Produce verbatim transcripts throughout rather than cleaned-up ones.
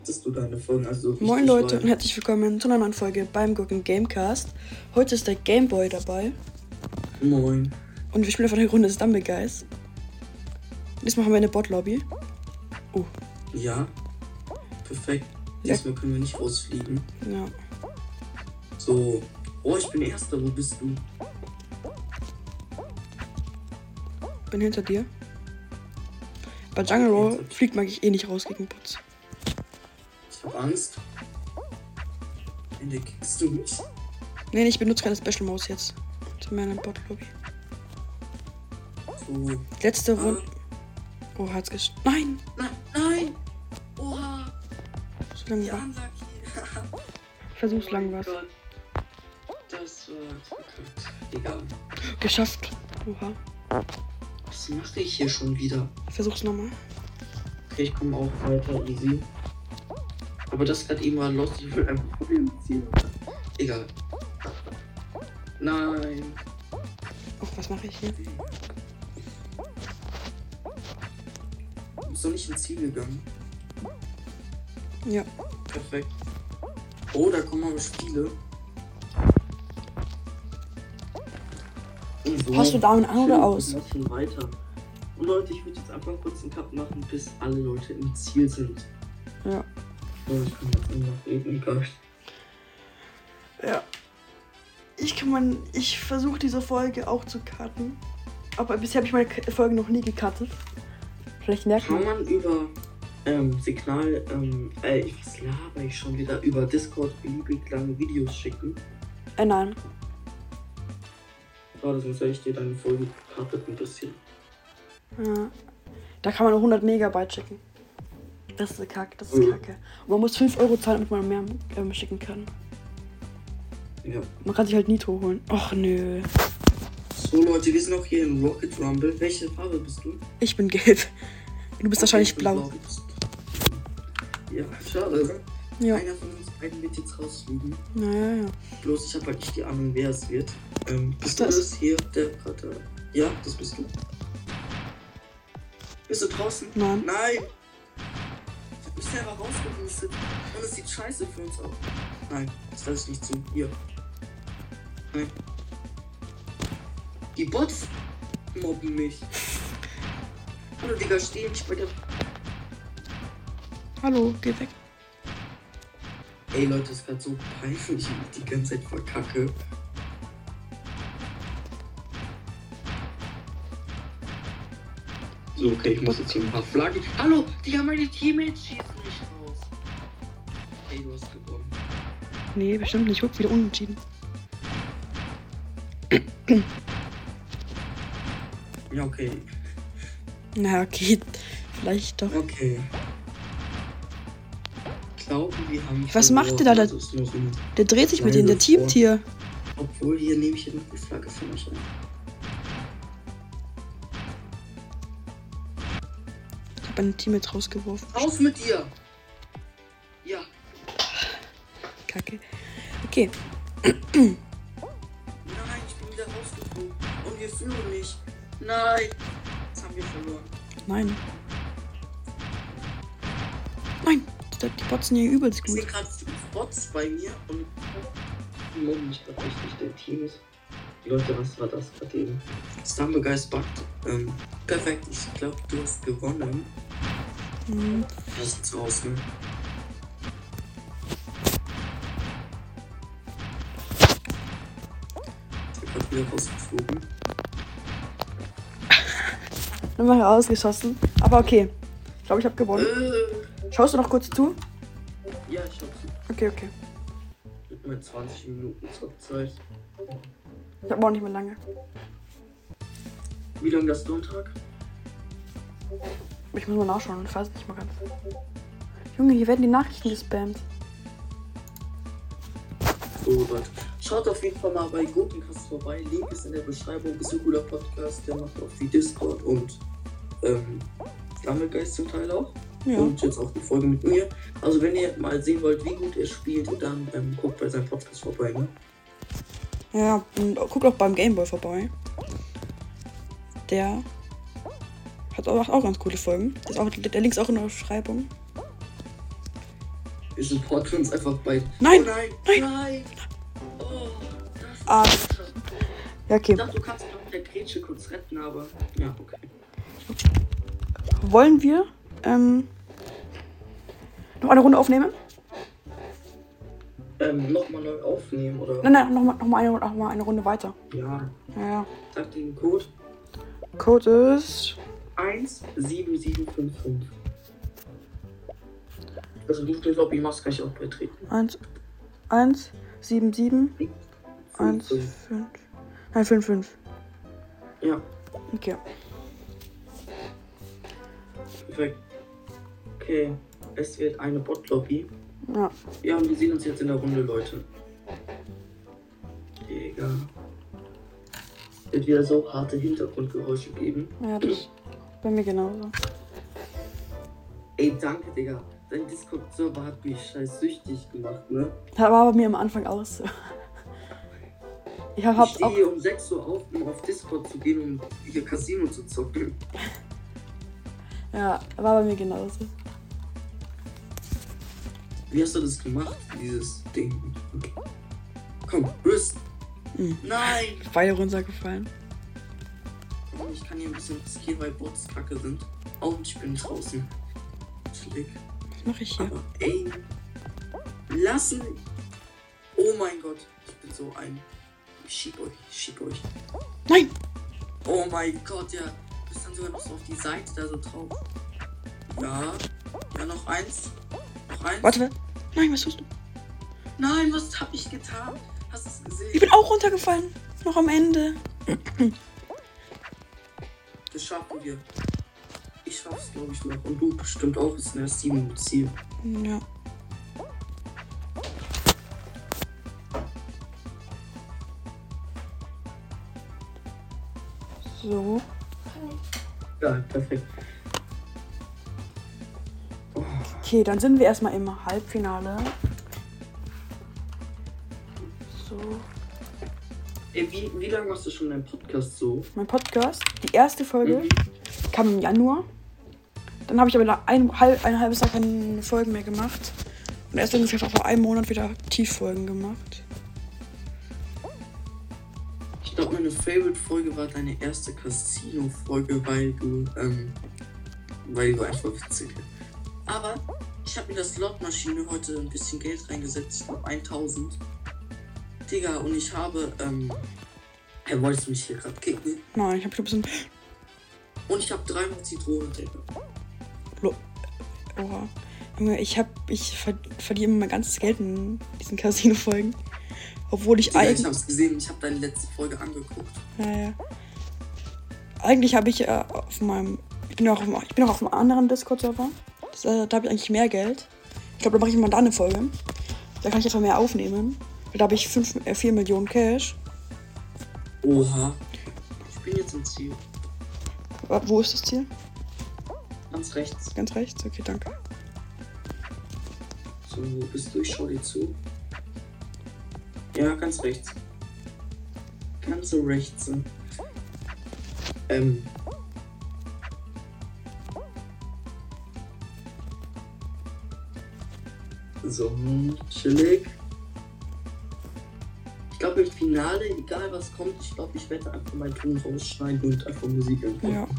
Hattest du deine Folgen also richtig Moin Leute weit? und herzlich willkommen zu einer neuen Folge beim Gurken Gamecast. Heute ist der Gameboy dabei Moin. und wir spielen von der Runde Stumble Guys. Diesmal haben wir eine Bot-Lobby. Oh, Ja, perfekt. Ja. Diesmal können wir nicht rausfliegen. ja. So. Oh, ich bin Erster. Wo bist du? Bin hinter dir. Bei Jungle Roll fliegt mag ich eh nicht raus gegen Bots. Ich hab Angst. Entdeckst du mich? Nee, nee, ich benutze keine Special Maus jetzt. Zu meiner Bot-Lobby. So. Letzte Ah. Runde. Oh, hat's gesch... Nein! Nein, nein! Oha! So lange Ja, war. unlucky. Versuch's lang was. Gott. Das war verkackt. Egal. Geschafft. Oha. Was mache ich hier schon wieder? Versuch's nochmal. Okay, ich komme auch weiter, easy. Aber das gerade eben war lost, ich will einfach probieren. Egal. Nein. Oh, was mache ich hier? Du bist doch nicht ins Ziel gegangen. Ja. Perfekt. Oh, da kommen aber Spiele. Und so. Hast du Daumen an oder Schön, aus? wir machen weiter. Und Leute, ich würde jetzt einfach kurz einen Cut machen, bis alle Leute im Ziel sind. Ja. So, ich kann jetzt nur noch reden, egal. Ja. Ich kann man. Ich versuche diese Folge auch zu cutten. Aber bisher habe ich meine K- Folge noch nie gecuttet. Vielleicht merkt Kann man. man über ähm, Signal, ähm, äh, was laber ich schon wieder, über Discord beliebig lange Videos schicken? Äh, nein. Warte, sonst hätte ich dir deine Folge gecuttet ein bisschen. Ja. Da kann man nur hundert Megabyte schicken. Das ist kacke, das ist Mhm. kacke. Und man muss fünf Euro zahlen, damit man mehr ähm, schicken kann. Ja. Man kann sich halt Nitro holen. Och nö. So Leute, wir sind auch hier in Rocket Rumble. Welche Farbe bist du? Ich bin gelb. Du bist wahrscheinlich Ich bin blau. Ja, schade. Ne? Ja. Einer von uns beiden wird jetzt rausfliegen. Naja, ja. Bloß ich habe halt nicht die Ahnung, wer es wird. Ähm, bist das? du das hier, der gerade... Ja, das bist du. Bist du draußen? Nein. Nein! Ich hab mich selber rausgeboostet. Und es sieht scheiße für uns aus. Nein, das lasse ich nicht zu. Hier. Nein. Die Bots mobben mich. Hallo Digga, steh nicht bei der... Hallo, geh weg. Ey Leute, das ist gerade so peinlich, wie ich die ganze Zeit verkacke. So, okay, ich muss jetzt hier ein paar Flaggen... Hallo, Digga, meine Teammates schießen mich raus. Ey, du hast gewonnen. Nee, bestimmt nicht. Guck, wieder unentschieden. Ja, okay. Na, okay. Vielleicht doch. Okay. Ich glaube, wir haben... Was macht der da? Also ist nur so ein... Der dreht sich mit Kleine denen, der Teamtier. Obwohl, hier nehme ich hier noch die Flagge von euch an. Ich hab ein Team jetzt rausgeworfen. Raus mit dir! Ja. Kacke. Okay. Nein, ich bin wieder rausgeflogen. Und wir führen nicht. Nein. Jetzt haben wir verloren. Nein. Nein. Die die Bots sind hier übelst Ich gut. sehe gerade Bots bei mir und die mobben mich gerade richtig, der Team ist. Leute, was war das gerade eben? Stumble Guys buggt. Ähm, perfekt, ich glaube, du hast gewonnen. Hm. Wie sieht's aus, ne? Ich bin gerade wieder rausgeflogen. Dann mal rausgeschossen. Aber okay. Ich glaube, ich habe gewonnen. Äh, Schaust du noch kurz zu? ja, ich hab's. Okay, okay. Mit meinen zwanzig Minuten zur Zeit. Ich habe auch nicht mehr lange. Wie lange das Sonntag? Ich muss mal nachschauen. Ich weiß es nicht mal ganz. Junge, hier werden die Nachrichten gespammt. So, Leute. Schaut auf jeden Fall mal bei Gurkencast vorbei. Link ist in der Beschreibung. Ist ein cooler Podcast. Der macht auch viel Discord und ähm, Stumble-Geist zum Teil auch. Ja. Und jetzt auch die Folge mit mir. Also wenn ihr mal sehen wollt, wie gut er spielt, dann ähm, guckt bei seinem Podcast vorbei. Ne? Ja, und guck auch beim Gameboy vorbei. Der hat auch, auch ganz coole Folgen. Das ist auch, der Link ist auch in der Beschreibung. Wir supporten uns einfach bei. Nein! Oh nein! Nein! Nein! Oh, das ist Ah. bitter. Ja, okay. Ich dachte, du kannst noch der Grätsche kurz retten, aber. Ja, okay. Wollen wir ähm, noch eine Runde aufnehmen? Ähm, nochmal neu aufnehmen, oder? Nein, nein, nochmal noch mal eine, noch mal eine Runde weiter. Ja. Ja, ja. Sag den Code. Code ist. eins sieben sieben fünf fünf. Also du den Lobby machst, kann ich auch beitreten. eins, eins, sieben, sieben, eins, fünf. Nein, fünf, fünf. Ja, Okay. perfekt. Okay, es wird eine Bot-Lobby. Ja. Ja, und wir sehen uns jetzt in der Runde, Leute. Digga. Wird wieder so harte Hintergrundgeräusche geben. Ja, das bei mir genauso. Ey, danke, Digga. Dein Discord-Server hat mich scheiß süchtig gemacht, ne? Das war bei mir am Anfang auch so. Ich hab Ich auch. stehe um sechs Uhr auf, um auf Discord zu gehen, um hier Casino zu zocken. Ja, war bei mir genauso. Wie hast du das gemacht, dieses Ding? Komm, Rüst! Hm. Nein! Beide runtergefallen. Oh, ich kann hier ein bisschen riskieren, weil Bots kacke sind. Oh, und ich bin draußen. Schlick. Was mache ich hier? Aber ey, lassen. Oh mein Gott, ich bin so ein. Ich schieb euch, ich schieb euch. Nein! Oh mein Gott, ja. Du bist dann sogar noch so auf die Seite da so drauf. Ja. Ja, noch eins. Noch eins. Warte, nein, was tust du? Nein, was hab ich getan? Hast du es gesehen? Ich bin auch runtergefallen. Noch am Ende. Das schaffen wir. Ich schaff's, glaube ich, noch. Und du bestimmt auch. Es ist ein sieben Ziel. Ja. So. Ja, perfekt. Oh. Okay, dann sind wir erstmal im Halbfinale. So. Ey, wie, wie lange machst du schon deinen Podcast so? Mein Podcast, die erste Folge, Mhm. kam im Januar. Dann habe ich aber nach einem halb, ein halbes Jahr keine Folgen mehr gemacht. Und erst ungefähr vor einem Monat wieder Tieffolgen gemacht. Ich glaube, meine Favorite-Folge war deine erste Casino-Folge, weil du, ähm, weil du einfach witzig bist. Aber ich habe in der Slot-Maschine heute ein bisschen Geld reingesetzt. Ich glaube eintausend. Digga, und ich habe, ähm, hey, wolltest du mich hier gerade kicken? Nein, ich habe schon ein bisschen. Und ich habe dreihundert Zitronen, Digga. Oha. Junge, ich hab. Ich ver verliere immer mein ganzes Geld in diesen Casino-Folgen. Obwohl ich Digga, ich eigentlich. hab's gesehen, ich habe deine letzte Folge angeguckt. Ja, ja. Eigentlich habe ich äh, auf meinem. Ich bin auch auf, dem- ich bin auch auf einem anderen Discord-Server. Das, äh, da habe ich eigentlich mehr Geld. Ich glaube, da mache ich mal da eine Folge. Da kann ich einfach mehr aufnehmen. Da habe ich fünf, äh, vier Millionen Cash. Oha. Ich bin jetzt im Ziel. Wa- Wo ist das Ziel? Ganz rechts. Ganz rechts? Okay, danke. So, wo bist du? Ich schau dir zu. Ja, ganz rechts. Ganz so rechts. Ähm. So, chillig. Ich glaube im Finale, egal was kommt, ich glaube, ich werde einfach meinen Ton rausschneiden und einfach Musik entwickeln. Ja.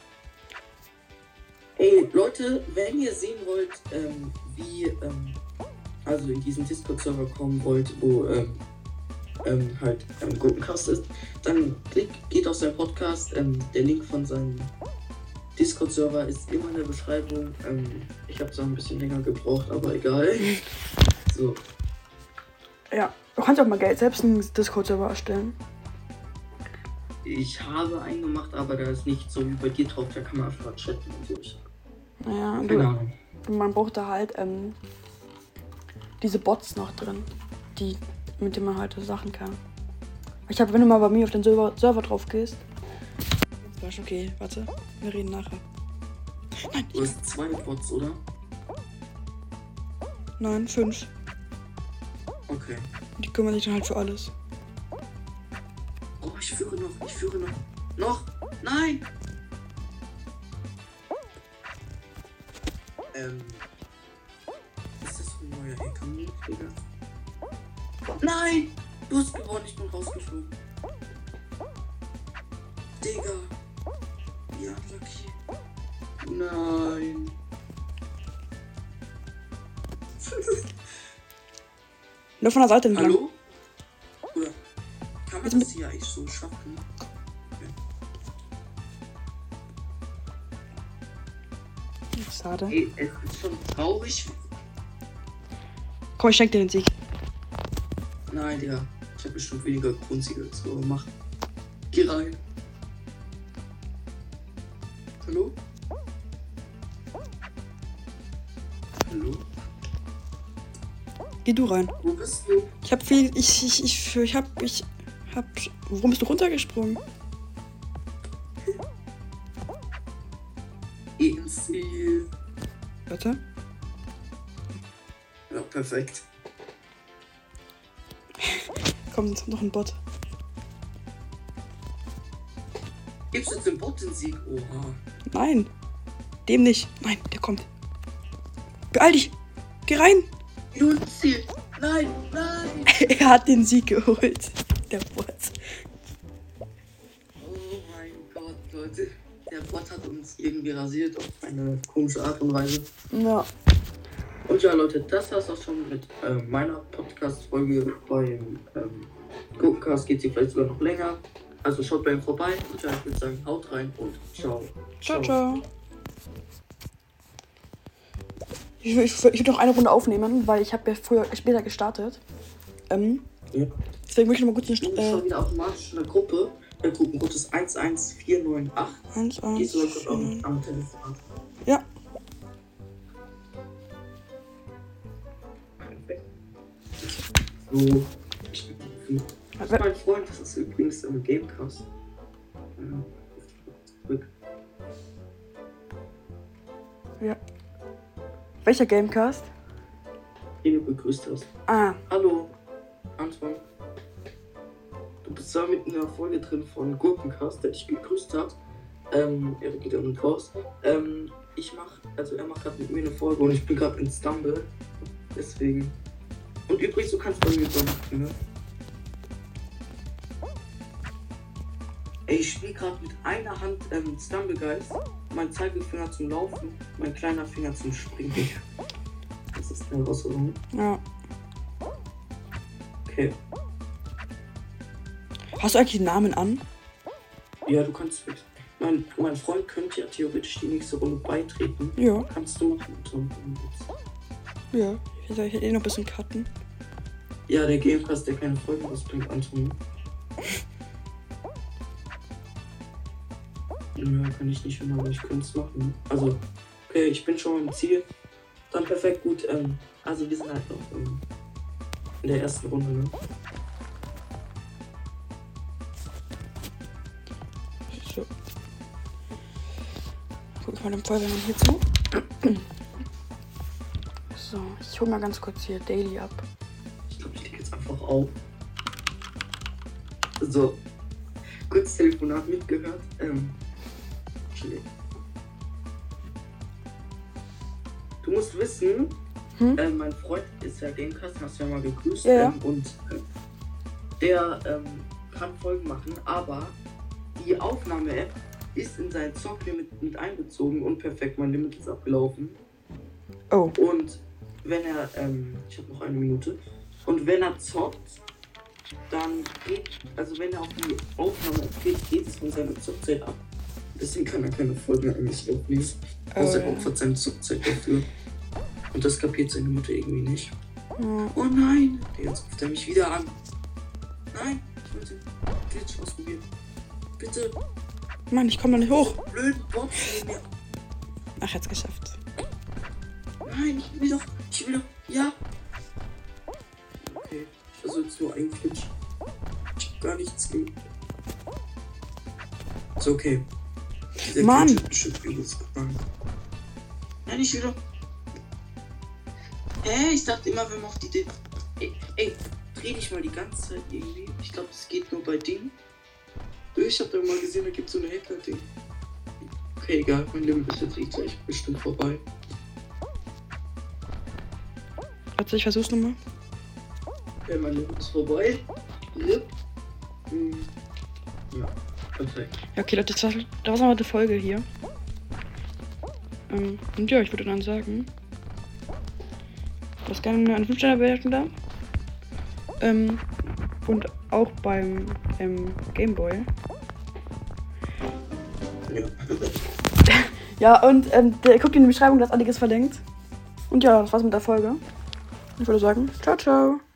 Ey, Leute, wenn ihr sehen wollt, ähm, wie, ähm, also in diesen Discord-Server kommen wollt, wo, ähm, ähm, halt, ähm, Gurkencast ist, dann klickt, geht auf seinen Podcast, ähm, der Link von seinem Discord-Server ist immer in der Beschreibung, ähm, ich habe es auch ein bisschen länger gebraucht, aber egal. So, Ja. Du kannst auch mal Geld selbst einen Discord-Server erstellen. ich habe einen gemacht, aber da ist nicht so wie bei dir drauf, da kann man einfach chatten und so. Ich, Ja, und keine du, Ahnung. man braucht da halt ähm, diese Bots noch drin, die, mit denen man halt so Sachen kann. Ich habe, wenn du mal bei mir auf den Server, Server drauf gehst. Okay, warte, wir reden nachher. Nein, Du hast zwei Bots, oder? nein, fünf. Okay. Die kümmern sich dann halt für alles. Oh, ich führe noch, ich führe noch. Noch? Nein! Ähm. Ist das so ein neuer neuer Hacker, Digga. Nein! Du hast gewonnen, ich bin rausgeflogen. Digga. Ja, lucky. Nein. Nur von der Seite entlang. Hallo? Oder kann man das hier eigentlich so schaffen? Schade. Ey, es ist schon traurig. Komm, ich schenk dir den Sieg. Nein, Digga. Ich hab bestimmt weniger Grundsiege als so gemacht. Geh rein. Hallo? Hallo? Geh du rein. Wo bist du? Ich hab viel. Ich, ich, ich, ich hab. Ich hab. Warum bist du runtergesprungen? Ins Ziel. Warte. Ja, perfekt. Kommt noch ein Bot. Gibst du jetzt den Bot den Sieg? Oha. Nein. Dem nicht. Nein, der kommt. Beeil dich. Geh rein. Du ins Ziel. Nein, nein. Er hat den Sieg geholt. Der Bot. Oh mein Gott, Leute. Der Bot hat uns irgendwie rasiert auf eine komische Art und Weise. Ja. Und ja, Leute, das war's auch schon mit äh, meiner Podcast-Folge. Beim ähm, Gurkencast geht sie vielleicht sogar noch länger. Also schaut bei ihm vorbei. Und ja, ich würde sagen, haut rein und ciao. Ciao, ciao. Ich, ich, ich würde noch eine Runde aufnehmen, weil ich habe ja früher später gestartet. Ähm, Ja. deswegen möchte ich noch mal kurz Du bist eine schon wieder automatisch in der Gruppe. Der Gruppencode ist eins eins vier neun acht. äh, eins, eins, Gehst du mal kurz vier, auf neun. am Telefon an. Ja. So. Ich bin das ist mein Freund, das ist übrigens im Gamecast. Ähm, zurück. Ja. Welcher Gamecast? Den du begrüßt hast. Ah, Hallo, Anton. Du bist zwar mit in einer Folge drin von Gurkencast, der dich gegrüßt hat. Ähm, er geht dann raus. Ähm, ich mach, also er macht gerade mit mir eine Folge und ich bin gerade in Stumble. Deswegen. Und übrigens, du kannst bei mir übernachten, ne? Ey, ich spiele gerade mit einer Hand ähm, Stumble Guys. Mein Zeigefinger zum Laufen, mein kleiner Finger zum Springen. Das ist eine Herausforderung. ja. Okay. Hast du eigentlich den Namen an? Ja, du kannst mit. Mein, mein Freund könnte ja theoretisch die nächste Runde beitreten. Ja. Kannst du machen, Tom? Ja. Ich hätte eh noch ein bisschen cutten. Ja, der Gamecast, der keine Folgen rausbringt, Anton. Ja, kann ich nicht immer, aber ich könnte es machen. Also, okay, ich bin schon am Ziel. Dann perfekt, gut. Ähm, also wir sind halt noch ähm, in der ersten Runde, ne? So. Guck ich mal dem Feuerwehrmann hier zu. So, ich hol mal ganz kurz hier Daily ab. Ich glaube, ich lege jetzt einfach auf. So, kurz Telefonat mitgehört. Ähm, okay. Du musst wissen, Hm? äh, mein Freund ist ja Gamecast, hast du ja mal gegrüßt. Ja, ja. Ähm, und äh, der ähm, kann Folgen machen, aber die Aufnahme-App ist in sein Zock-Limit mit einbezogen und perfekt, mein Limit ist abgelaufen. Oh. Und wenn er, ähm, ich habe noch eine Minute, und wenn er zockt, dann geht, also wenn er auf die Aufnahme geht, geht es von seiner Zockzeit ab. Deswegen kann er keine Folgen eigentlich aufnehmen. Außer er Oh. opfert seine Zockzeit dafür. Und das kapiert seine Mutter irgendwie nicht. Ja. Oh nein! Jetzt ruft er mich wieder an. Nein, ich wollte Glitch ausprobieren. Bitte, Mann, ich komme da nicht hoch. blöden Bots neben mir. Ach, jetzt geschafft. Nein, ich will doch, ich will doch, ja. Okay, ich versuche jetzt nur einen Glitch. Ich hab gar nichts gemacht. Ist okay. Dieser Mann. Glitch hat bestimmt übelst gefallen. Nein, ich will doch. Hä? Ich dachte immer, wenn man auf die... De ey, ey, dreh dich mal die ganze Zeit irgendwie. Ich glaube, das geht nur bei Ding. Ich hab da mal gesehen, da gibt's so eine Hacker-Ding. Okay, egal, mein Limit ist jetzt eh gleich bestimmt vorbei. Warte, ich versuch's nochmal. Okay, meine Minute ist vorbei. Ja. Hm. Ja, perfekt. Ja, okay, Leute, das war, das war mal die Folge hier. Ähm, und ja, ich würde dann sagen, lasst gerne eine fünf Sterne Bewertung da. Ähm, und auch beim ähm, Gameboy. Ja. Ja, und ähm, der, guckt in die Beschreibung, da ist einiges verlinkt. Und ja, das war's mit der Folge. Ich würde sagen, ciao, ciao.